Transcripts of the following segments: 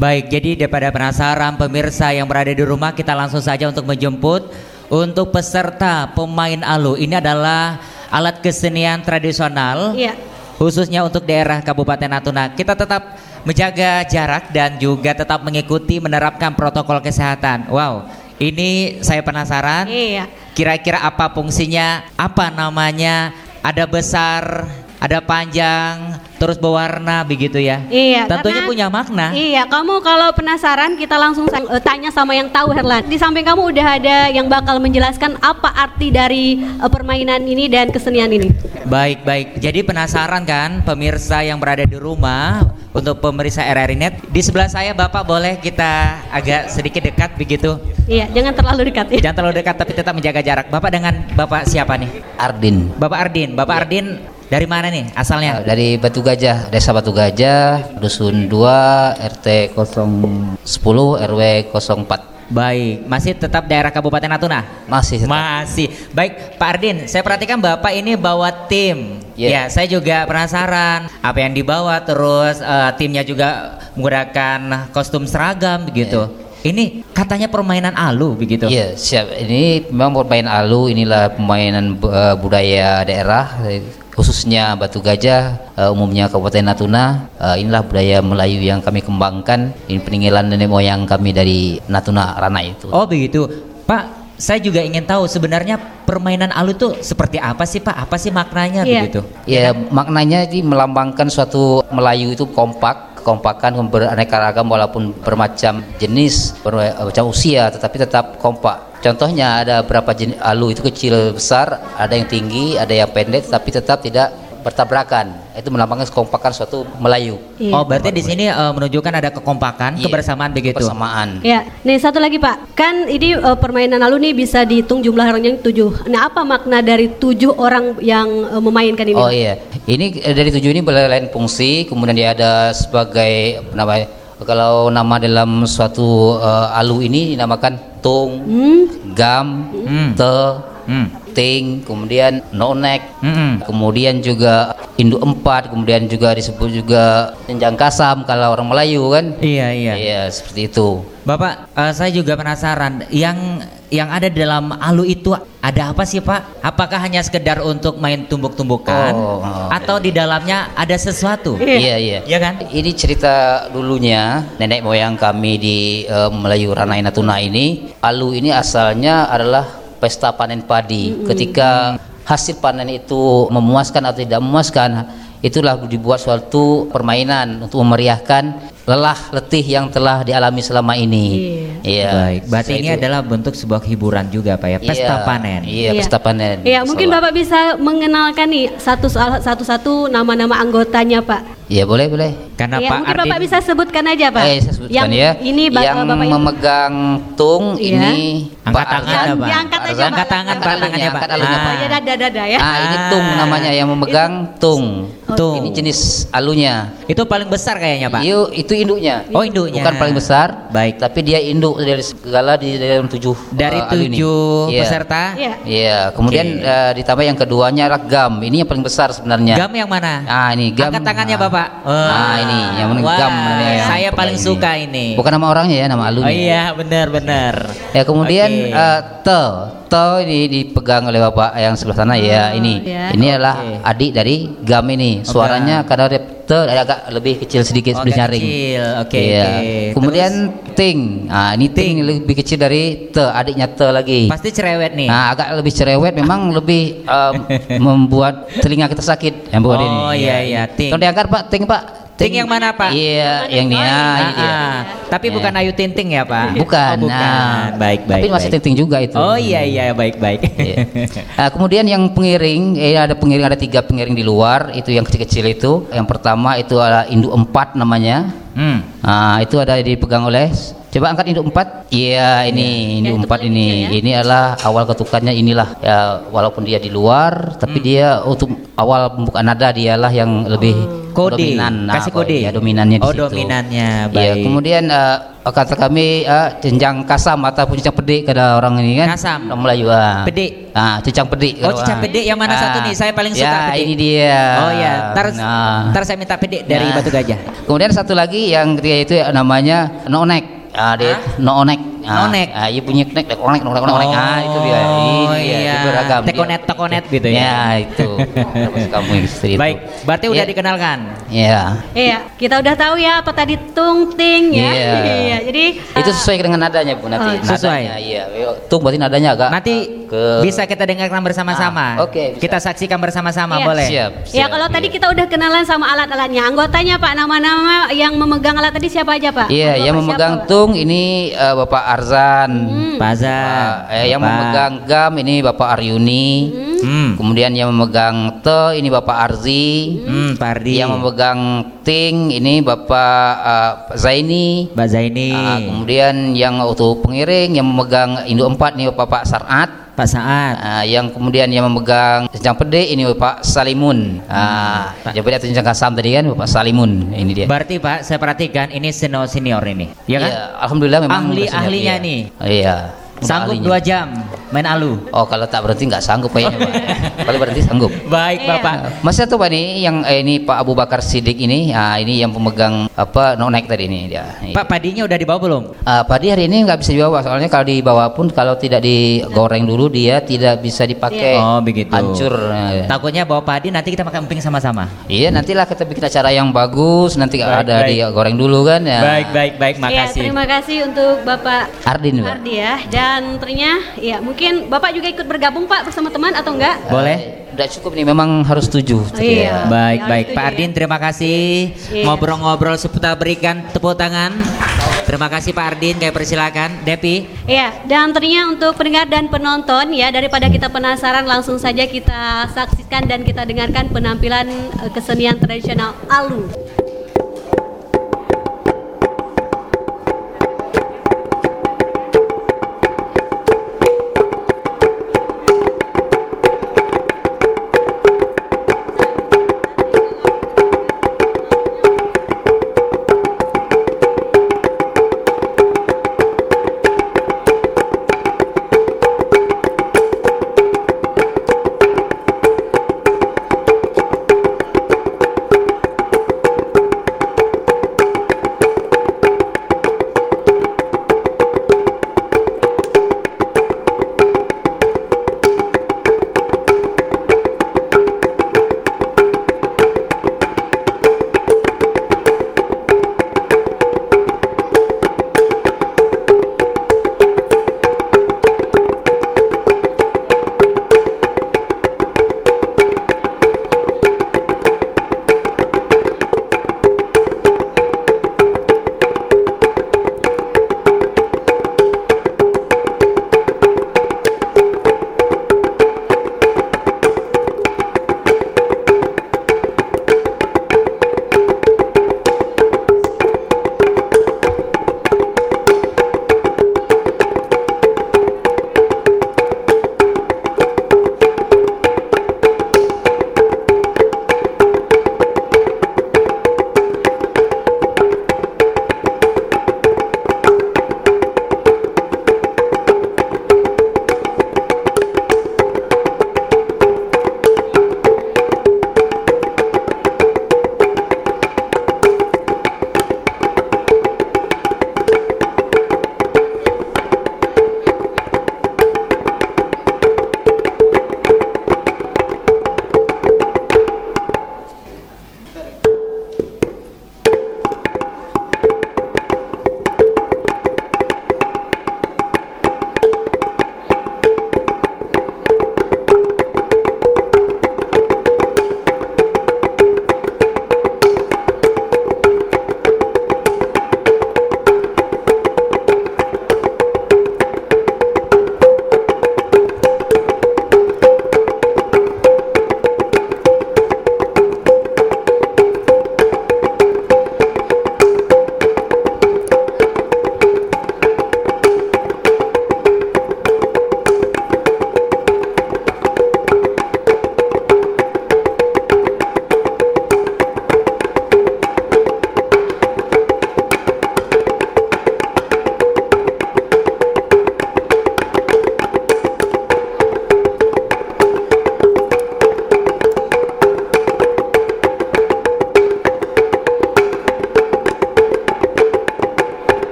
Baik, jadi daripada penasaran pemirsa yang berada di rumah, kita langsung saja untuk menjemput untuk peserta pemain alu. Ini adalah alat kesenian tradisional, khususnya untuk daerah Kabupaten Natuna. Kita tetap menjaga jarak dan juga tetap mengikuti menerapkan protokol kesehatan. Wow, ini saya penasaran. Kira-kira apa fungsinya, apa namanya, ada besar, ada panjang, terus berwarna begitu ya. Iya. Tentunya punya makna. Iya, kamu kalau penasaran kita langsung tanya sama yang tahu, Herlan. Di samping kamu udah ada yang bakal menjelaskan apa arti dari permainan ini dan kesenian ini. Baik. Jadi penasaran kan pemirsa yang berada di rumah, untuk pemirsa RRI Net. Di sebelah saya Bapak, boleh kita agak sedikit dekat begitu? Iya, jangan terlalu dekat ya. Jangan terlalu dekat tapi tetap menjaga jarak. Bapak dengan Bapak siapa nih? Ardin. Bapak Ardin dari mana nih asalnya? Dari Batu Gajah, Desa Batu Gajah, Dusun 2, RT 010, RW 04. Baik, masih tetap daerah Kabupaten Natuna? Masih. Baik, Pak Ardin, saya perhatikan Bapak ini bawa tim. Ya, saya juga penasaran apa yang dibawa, terus timnya juga menggunakan kostum seragam begitu. Ini katanya permainan alu begitu? Iya, siap. Ini memang permainan alu, inilah permainan budaya daerah, khususnya Batu Gajah, umumnya Kabupaten Natuna. Inilah budaya Melayu yang kami kembangkan. Ini peninggalan nenek moyang kami dari Natuna Rana itu. Oh begitu, Pak. Saya juga ingin tahu sebenarnya permainan alu itu seperti apa sih Pak? Apa sih maknanya begitu? Ya, maknanya ini melambangkan suatu Melayu itu kekompakan, beraneka ragam walaupun bermacam jenis, bermacam usia, tetapi tetap kompak. Contohnya ada berapa jenis alu itu, kecil, besar, ada yang tinggi, ada yang pendek, tapi tetap tidak bertabrakan. Itu melambangkan kekompakan suatu Melayu. Oh, berarti di sini menunjukkan ada kekompakan, kebersamaan begitu. Kebersamaan. Ya, nih satu lagi Pak. Kan ini permainan alu nih bisa dihitung jumlah orangnya 7. Nah, apa makna dari 7 orang yang memainkan ini? Oh iya, ini dari 7 ini berlain fungsi. Kemudian dia ada sebagai kalau nama dalam suatu alu ini dinamakan tung, gam, ting, kemudian nonek, kemudian juga induk 4, kemudian juga disebut juga jenjang kasam kalau orang Melayu kan. Iya, seperti itu. Bapak, saya juga penasaran, yang ada dalam alu itu ada apa sih Pak? Apakah hanya sekedar untuk main tumbuk-tumbukan atau di dalamnya ada sesuatu? Iya. Iya kan? Ini cerita dulunya nenek moyang kami di Melayu Ranai Natuna ini. Alu ini asalnya adalah pesta panen padi. Ketika hasil panen itu memuaskan atau tidak memuaskan, itulah dibuat suatu permainan untuk memeriahkan lelah letih yang telah dialami selama ini. Baik, berarti ini adalah bentuk sebuah hiburan juga Pak ya, pesta panen. Iya, pesta panen. Iya, mungkin Bapak bisa mengenalkan nih satu-satu nama-nama anggotanya Pak. Iya, boleh. Karena ya, Pak mungkin Ardin, Bapak bisa sebutkan aja Pak. Saya sebutkan Ini yang Bapak memegang tung ini angkat tangan ada Pak. Diangkat aja, Angkat tangan tangannya Pak. Ya dada ya. Ini tung namanya, yang memegang tung. Ini jenis alunya. Itu paling besar kayaknya Pak. Itu induknya. Oh, induknya. Bukan paling besar. Baik. Tapi dia induk dari segala di dalam 7. Dari 7 peserta. Iya. Kemudian ditambah yang keduanya adalah gam. Ini yang paling besar sebenarnya. Gam yang mana? Ini gam. Angkat tangannya Bapak. Ini yang gam. Saya paling suka ini. Bukan nama orangnya ya, nama alunya. Oh iya, benar. Ya, kemudian ini dipegang oleh Bapak yang sebelah sana ya. Ini adalah adik dari gam ini. Suaranya karena ada agak lebih kecil sedikit, lebih nyaring. Kemudian ting. Ini ting lebih kecil dari adiknya lagi. Pasti cerewet nih. Agak lebih cerewet, memang lebih membuat telinga kita sakit yang buat ini. Oh iya, ting. Tolong diangkat Pak, ting Pak. Ting yang mana Pak? Iya, yang ini dia. Tapi bukan Ayu Tinting ya Pak? Bukan. Baik. Tapi masih Tinting juga itu. Oh iya, baik. Kemudian yang pengiring, ada 3 pengiring di luar, itu yang kecil-kecil itu. Yang pertama itu adalah induk 4 namanya. Itu ada dipegang oleh. Coba angkat induk 4. Iya, ini induk 4 ini. Ya? Ini adalah awal ketukannya, inilah. Ya, walaupun dia di luar, tapi dia untuk awal pembukaan nada dialah yang lebih kode, dominan, kasih kode. Ya, dominannya di situ. Dominannya. Baik. Ya, kemudian kata kami jenjang kasam ataupun cincang pedik kada orang ini kan. Kasam. Orang Melayu. Pedik. Cincang pedik. Oh, cincang pedik yang mana satu nih? Saya paling suka ya, pedik. ini dia. Oh ya, ntar saya minta pedik dari Batu Gajah. Kemudian satu lagi yang ketiga itu namanya noonek. Dia noonek. Iya punya knek, onek. Itu dia. Itu beragam. Tekonet gitu ya. Ya, itu. Kamu istri. Baik, berarti udah dikenalkan. Iya. Iya, kita udah tahu ya apa tadi tung ting ya. Iya. Jadi itu sesuai dengan nadanya Bu nanti. Sesuai. Iya. Tung berarti nadanya agak nanti bisa kita dengarkan bersama-sama. Oke. Kita saksikan bersama-sama boleh. Siap. Ya kalau tadi kita udah kenalan sama alat-alatnya. Anggotanya Pak, nama-nama yang memegang alat tadi siapa aja Pak? Iya, yang memegang tung ini Bapak Arzan. Pak Arzan. Yang memegang gam ini Bapak Aryuni. Kemudian yang memegang te ini Bapak Arzi. Pak Ardi. Yang memegang ting ini Bapak Zaini. Mbak Zaini. Kemudian yang untuk pengiring yang memegang induk 4 ini Bapak Sarat. Pak Saat. Yang kemudian yang memegang cincang pede ini Bapak Salimun. Yang pede atau cincang kasam tadi kan Bapak Salimun. Ini dia. Berarti Pak, saya perhatikan ini senior ini, ya kan? Iya, alhamdulillah memang ahlinya nih. Iya. Sanggup 2 jam main alu. Oh, kalau tak berhenti nggak sanggup kayaknya Pak. Kalau berhenti sanggup. Baik Bapak. Masih satu Pak nih yang ini Pak Abu Bakar Siddiq ini. Ini yang pemegang noonek tadi ini dia. Pak, padinya udah dibawa belum? Padi hari ini nggak bisa dibawa soalnya kalau dibawa pun kalau tidak digoreng dulu dia tidak bisa dipakai. Oh begitu. Hancur. Takutnya bawa padi nanti kita makan emping sama-sama. Iya, nantilah kita bikin acara yang bagus. Nanti ada digoreng dulu kan ya. Baik. Makasih. Ya, terima kasih untuk Bapak Ardin Pak. Ardi ya. Dan ternyata ya mungkin Bapak juga ikut bergabung Pak bersama teman atau enggak? Boleh. Udah cukup nih, memang harus 7. Iya. Baik. Pak Ardin, terima kasih. Ngobrol-ngobrol seputar, berikan tepuk tangan. Terima kasih Pak Ardin, kami persilakan. Depi. Iya, dan tentunya untuk pendengar dan penonton ya, daripada kita penasaran, langsung saja kita saksikan dan kita dengarkan penampilan kesenian tradisional Alu.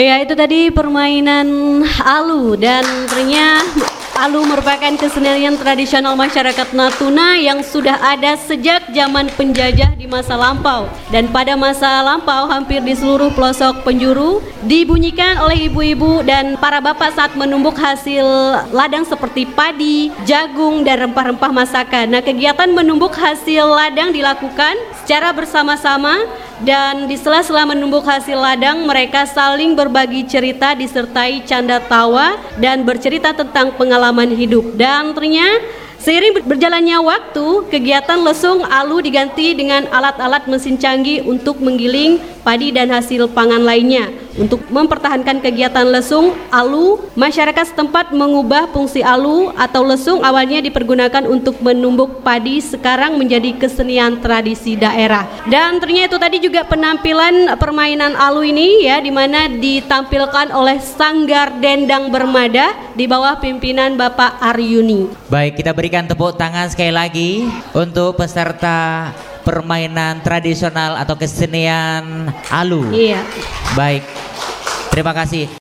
Ya, itu tadi permainan alu, dan ternyata alu merupakan kesenian tradisional masyarakat Natuna yang sudah ada sejak zaman penjajah di masa lampau. Dan pada masa lampau hampir di seluruh pelosok penjuru dibunyikan oleh ibu-ibu dan para bapak saat menumbuk hasil ladang seperti padi, jagung, dan rempah-rempah masakan. Nah, kegiatan menumbuk hasil ladang dilakukan secara bersama-sama, dan di sela-sela menumbuk hasil ladang mereka saling berbagi cerita disertai canda tawa dan bercerita tentang pengalaman hidup. Dan ternyata seiring berjalannya waktu, kegiatan lesung alu diganti dengan alat-alat mesin canggih untuk menggiling padi dan hasil pangan lainnya. Untuk mempertahankan kegiatan lesung alu, masyarakat setempat mengubah fungsi alu atau lesung awalnya dipergunakan untuk menumbuk padi, sekarang menjadi kesenian tradisi daerah. Dan ternyata itu tadi juga penampilan permainan alu ini ya, di mana ditampilkan oleh Sanggar Dendang Bermada di bawah pimpinan Bapak Aryuni. Baik, kita berikan tepuk tangan sekali lagi untuk peserta permainan tradisional atau kesenian alu. Iya. Baik, terima kasih.